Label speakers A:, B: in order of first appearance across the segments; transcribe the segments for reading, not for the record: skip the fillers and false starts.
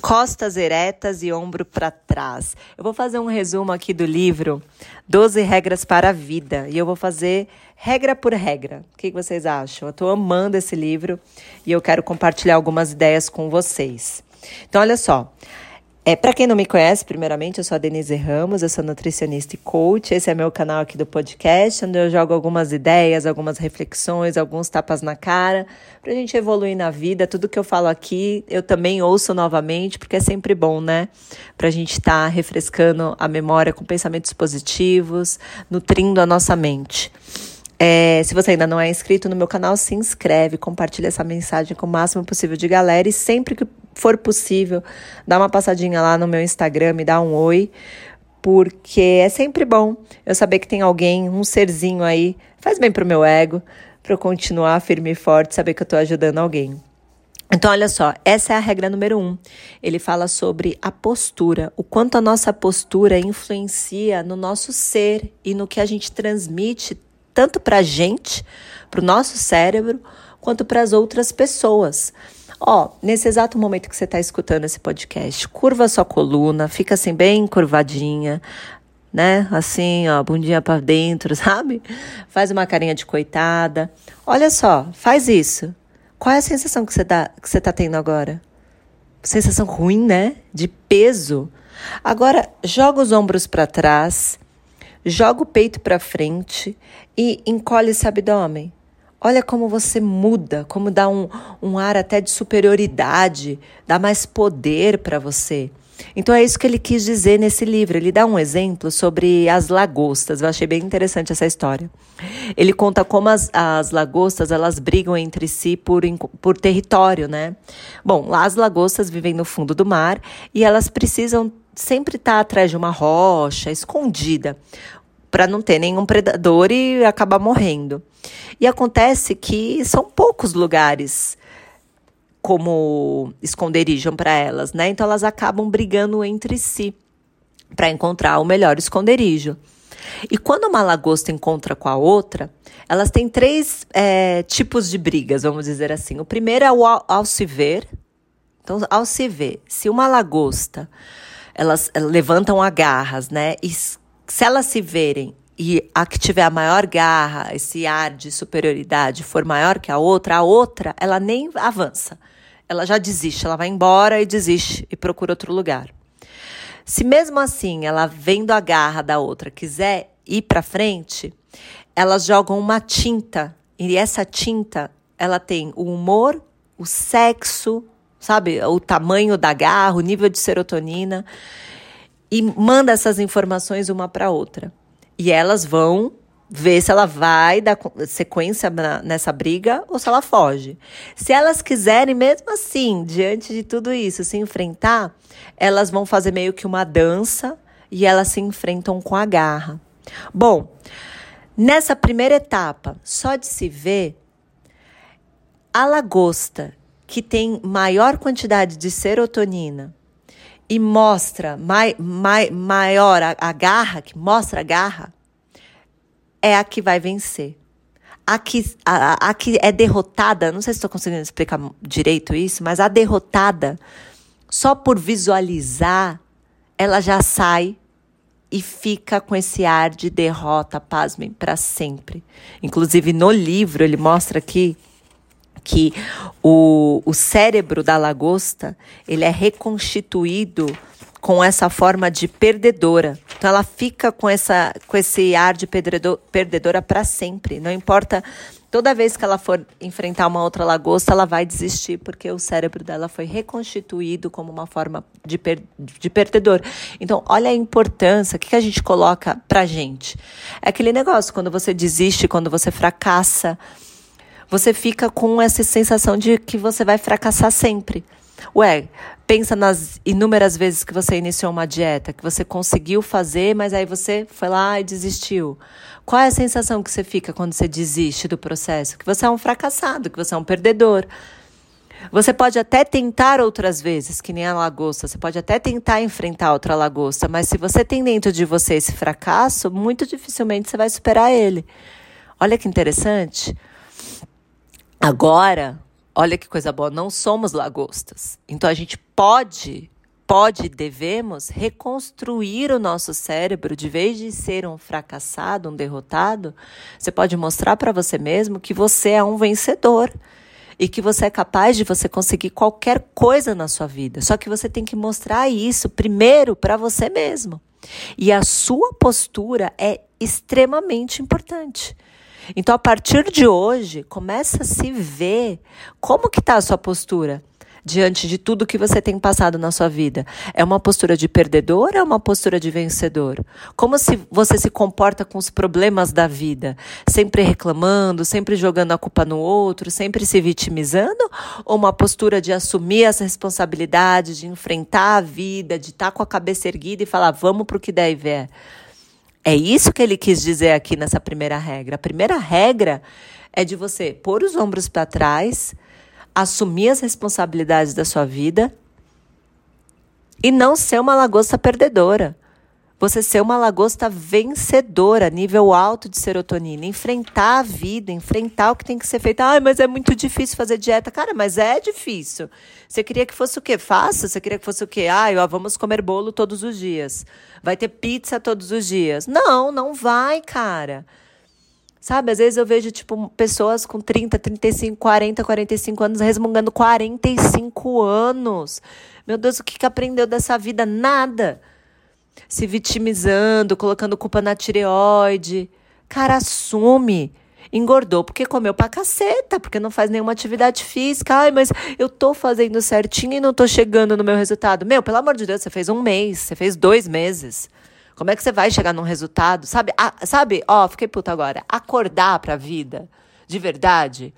A: Costas eretas e ombro para trás. Eu vou fazer um resumo aqui do livro 12 Regras para a Vida. E eu vou fazer regra por regra. O que vocês acham? Eu estou amando esse livro e eu quero compartilhar algumas ideias com vocês. Então, olha só. Para quem não me conhece, primeiramente, eu sou a Denise Ramos, eu sou nutricionista e coach. Esse é meu canal aqui do podcast, onde eu jogo algumas ideias, algumas reflexões, alguns tapas na cara, pra gente evoluir na vida. Tudo que eu falo aqui, eu também ouço novamente, porque é sempre bom, né? Pra gente estar refrescando a memória com pensamentos positivos, nutrindo a nossa mente. Se você ainda não é inscrito no meu canal, se inscreve, compartilha essa mensagem com o máximo possível de galera e sempre que for possível, dá uma passadinha lá no meu Instagram, me dá um oi, porque é sempre bom eu saber que tem alguém, um serzinho aí, faz bem pro meu ego, para eu continuar firme e forte, saber que eu tô ajudando alguém. Então, olha só, essa é a regra número 1. Ele fala sobre a postura, o quanto a nossa postura influencia no nosso ser e no que a gente transmite tanto para a gente, para o nosso cérebro, quanto para as outras pessoas. Nesse exato momento que você está escutando esse podcast, curva a sua coluna, fica assim bem curvadinha, né? Assim, bundinha para dentro, sabe? Faz uma carinha de coitada. Olha só, faz isso. Qual é a sensação que você tá tendo agora? Sensação ruim, né? De peso. Agora, joga os ombros para trás. Joga o peito para frente e encolhe esse abdômen. Olha como você muda, como dá um ar até de superioridade, dá mais poder para você. Então é isso que ele quis dizer nesse livro. Ele dá um exemplo sobre as lagostas. Eu achei bem interessante essa história. Ele conta como as lagostas elas brigam entre si por território, né? Bom, lá as lagostas vivem no fundo do mar e elas precisam sempre estar atrás de uma rocha, escondida, para não ter nenhum predador e acabar morrendo. E acontece que são poucos lugares como esconderijo para elas, né? Então elas acabam brigando entre si para encontrar o melhor esconderijo. E quando uma lagosta encontra com a outra, elas têm 3 tipos de brigas, vamos dizer assim. O primeiro é o ao se ver. Então, ao se ver, se uma lagosta, elas levantam agarras, né? E se elas se verem e a que tiver a maior garra, esse ar de superioridade for maior que a outra, ela nem avança. Ela já desiste, ela vai embora e desiste e procura outro lugar. Se mesmo assim ela vendo a garra da outra quiser ir para frente, elas jogam uma tinta. E essa tinta, ela tem o humor, o sexo, sabe? O tamanho da garra, o nível de serotonina. E manda essas informações uma para outra. E elas vão ver se ela vai dar sequência nessa briga ou se ela foge. Se elas quiserem, mesmo assim, diante de tudo isso, se enfrentar, elas vão fazer meio que uma dança e elas se enfrentam com a garra. Bom, nessa primeira etapa, só de se ver, a lagosta, que tem maior quantidade de serotonina, e mostra maior a garra, que mostra a garra, é a que vai vencer. A que é derrotada, não sei se estou conseguindo explicar direito isso, mas a derrotada, só por visualizar, ela já sai e fica com esse ar de derrota, pasmem, para sempre. Inclusive, no livro, ele mostra aqui que o cérebro da lagosta, ele é reconstituído com essa forma de perdedora. Então, ela fica com esse ar de perdedora para sempre. Não importa, toda vez que ela for enfrentar uma outra lagosta, ela vai desistir, porque o cérebro dela foi reconstituído como uma forma de perdedor. Então, olha a importância, o que a gente coloca pra gente. É aquele negócio, quando você desiste, quando você fracassa, você fica com essa sensação de que você vai fracassar sempre. Pensa nas inúmeras vezes que você iniciou uma dieta, que você conseguiu fazer, mas aí você foi lá e desistiu. Qual é a sensação que você fica quando você desiste do processo? Que você é um fracassado, que você é um perdedor. Você pode até tentar outras vezes, que nem a lagosta, você pode até tentar enfrentar outra lagosta, mas se você tem dentro de você esse fracasso, muito dificilmente você vai superar ele. Olha que interessante. Agora, olha que coisa boa, não somos lagostas. Então, a gente pode pode e devemos reconstruir o nosso cérebro, de vez de ser um fracassado, um derrotado, você pode mostrar para você mesmo que você é um vencedor e que você é capaz de você conseguir qualquer coisa na sua vida. Só que você tem que mostrar isso primeiro para você mesmo. E a sua postura é extremamente importante. Então, a partir de hoje, começa a se ver como que está a sua postura diante de tudo que você tem passado na sua vida. É uma postura de perdedor ou é uma postura de vencedor? Como se você se comporta com os problemas da vida? Sempre reclamando, sempre jogando a culpa no outro, sempre se vitimizando? Ou uma postura de assumir as responsabilidades, de enfrentar a vida, de estar com a cabeça erguida e falar, vamos para o que der e vier? É isso que ele quis dizer aqui nessa primeira regra. A primeira regra é de você pôr os ombros para trás, assumir as responsabilidades da sua vida e não ser uma lagosta perdedora. Você ser uma lagosta vencedora, nível alto de serotonina. Enfrentar a vida, enfrentar o que tem que ser feito. Ai, mas é muito difícil fazer dieta. Cara, mas é difícil. Você queria que fosse o quê? Fácil? Você queria que fosse o quê? Ai, ó, vamos comer bolo todos os dias. Vai ter pizza todos os dias. Não, não vai, cara. Sabe, às vezes eu vejo, tipo, pessoas com 30, 35, 40, 45 anos resmungando 45 anos. Meu Deus, o que aprendeu dessa vida? Nada. Se vitimizando, colocando culpa na tireoide. Cara, assume. Engordou porque comeu pra caceta, porque não faz nenhuma atividade física. Ai, mas eu tô fazendo certinho e não tô chegando no meu resultado. Meu, pelo amor de Deus, você fez 1 mês, você fez 2 meses. Como é que você vai chegar num resultado? Sabe, fiquei puta agora. Acordar pra vida, de verdade,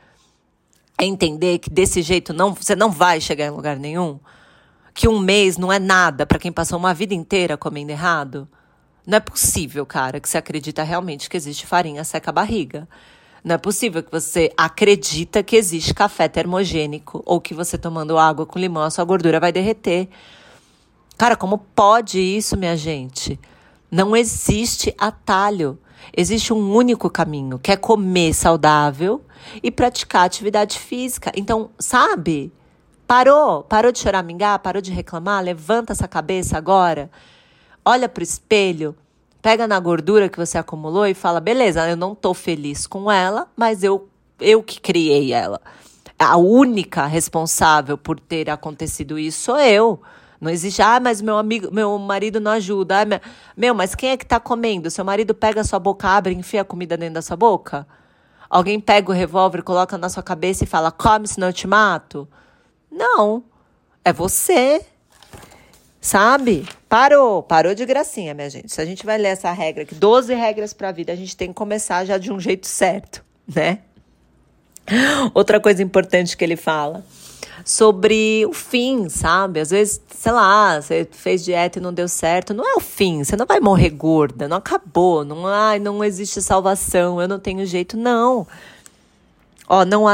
A: é entender que desse jeito você não vai chegar em lugar nenhum. Que 1 mês não é nada pra quem passou uma vida inteira comendo errado. Não é possível, cara, que você acredita realmente que existe farinha seca a barriga. Não é possível que você acredita que existe café termogênico ou que você tomando água com limão a sua gordura vai derreter. Cara, como pode isso, minha gente? Não existe atalho. Existe um único caminho, que é comer saudável e praticar atividade física. Então, sabe? Parou de choramingar, parou de reclamar, levanta essa cabeça agora, olha pro espelho, pega na gordura que você acumulou e fala, beleza, eu não tô feliz com ela, mas eu que criei ela. A única responsável por ter acontecido isso sou eu. Não existe, mas meu marido não ajuda. Mas quem é que tá comendo? Seu marido pega a sua boca, abre e enfia a comida dentro da sua boca? Alguém pega o revólver, coloca na sua cabeça e fala, come senão eu te mato? Não, é você, sabe? Parou de gracinha, minha gente. Se a gente vai ler essa regra aqui, 12 regras pra vida, a gente tem que começar já de um jeito certo, né? Outra coisa importante que ele fala, sobre o fim, sabe? Às vezes, sei lá, você fez dieta e não deu certo, não é o fim, você não vai morrer gorda, não acabou, não existe salvação, eu não tenho jeito, não. Ó, não há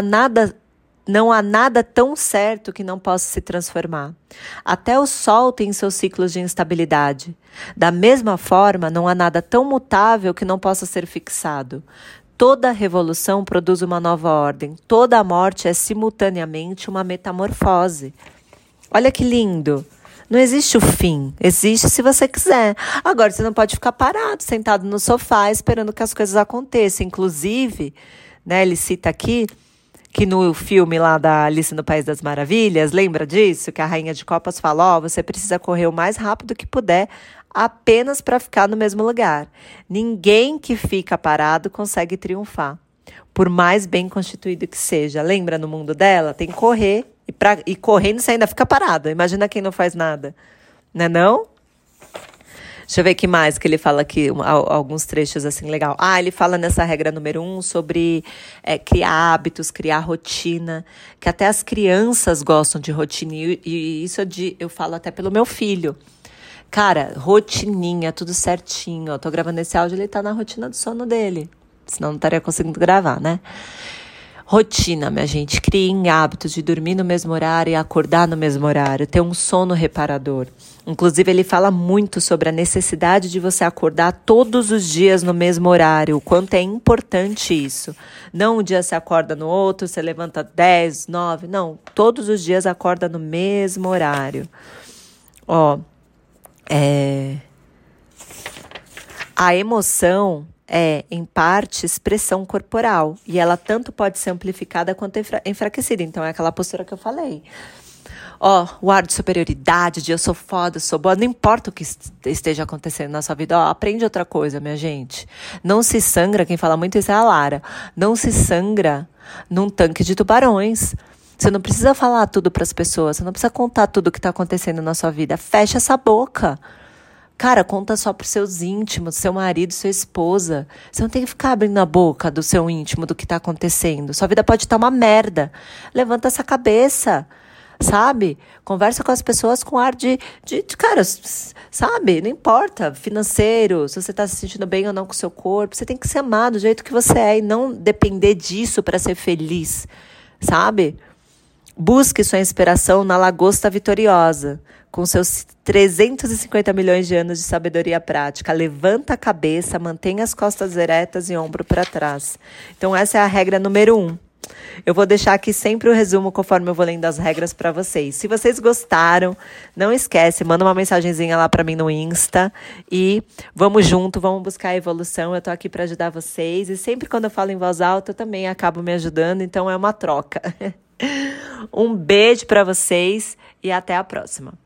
A: nada tão certo que não possa se transformar. Até o sol tem seus ciclos de instabilidade. Da mesma forma, não há nada tão mutável que não possa ser fixado. Toda revolução produz uma nova ordem. Toda morte é simultaneamente uma metamorfose. Olha que lindo. Não existe o fim. Existe se você quiser. Agora, você não pode ficar parado, sentado no sofá, esperando que as coisas aconteçam. Inclusive, né, ele cita aqui que no filme lá da Alice no País das Maravilhas, lembra disso? Que a Rainha de Copas fala, você precisa correr o mais rápido que puder, apenas para ficar no mesmo lugar. Ninguém que fica parado consegue triunfar, por mais bem constituído que seja. Lembra, no mundo dela, tem que correr, e correndo você ainda fica parado. Imagina quem não faz nada, né não? Deixa eu ver o que mais que ele fala aqui, alguns trechos assim, legal. Ele fala nessa regra número 1 sobre criar hábitos, criar rotina, que até as crianças gostam de rotina, e isso eu falo até pelo meu filho. Cara, rotininha, tudo certinho. Eu tô gravando esse áudio, ele tá na rotina do sono dele, senão não estaria conseguindo gravar, né? Rotina, minha gente, criem hábitos de dormir no mesmo horário e acordar no mesmo horário, ter um sono reparador. Inclusive, ele fala muito sobre a necessidade de você acordar todos os dias no mesmo horário, o quanto é importante isso. Não um dia você acorda no outro, você levanta 10, 9, não. Todos os dias acorda no mesmo horário. Ó, a emoção é, em parte, expressão corporal. E ela tanto pode ser amplificada quanto enfraquecida. Então, é aquela postura que eu falei. Ó, o ar de superioridade, de eu sou foda, sou boa. Não importa o que esteja acontecendo na sua vida. Ó, aprende outra coisa, minha gente. Não se sangra, quem fala muito isso é a Lara. Não se sangra num tanque de tubarões. Você não precisa falar tudo para as pessoas. Você não precisa contar tudo o que está acontecendo na sua vida. Fecha essa boca. Cara, conta só pros seus íntimos, seu marido, sua esposa. Você não tem que ficar abrindo a boca do seu íntimo, do que tá acontecendo. Sua vida pode estar uma merda. Levanta essa cabeça, sabe? Conversa com as pessoas com ar de cara, sabe? Não importa, financeiro, se você tá se sentindo bem ou não com o seu corpo. Você tem que se amar do jeito que você é e não depender disso para ser feliz, sabe? Busque sua inspiração na lagosta vitoriosa, com seus 350 milhões de anos de sabedoria prática. Levanta a cabeça, mantenha as costas eretas e ombro para trás. Então, essa é a regra número 1. Eu vou deixar aqui sempre o resumo conforme eu vou lendo as regras para vocês. Se vocês gostaram, não esquece, manda uma mensagenzinha lá para mim no Insta e vamos junto, vamos buscar a evolução. Eu tô aqui para ajudar vocês e sempre quando eu falo em voz alta, eu também acabo me ajudando, então é uma troca. Um beijo para vocês e até a próxima.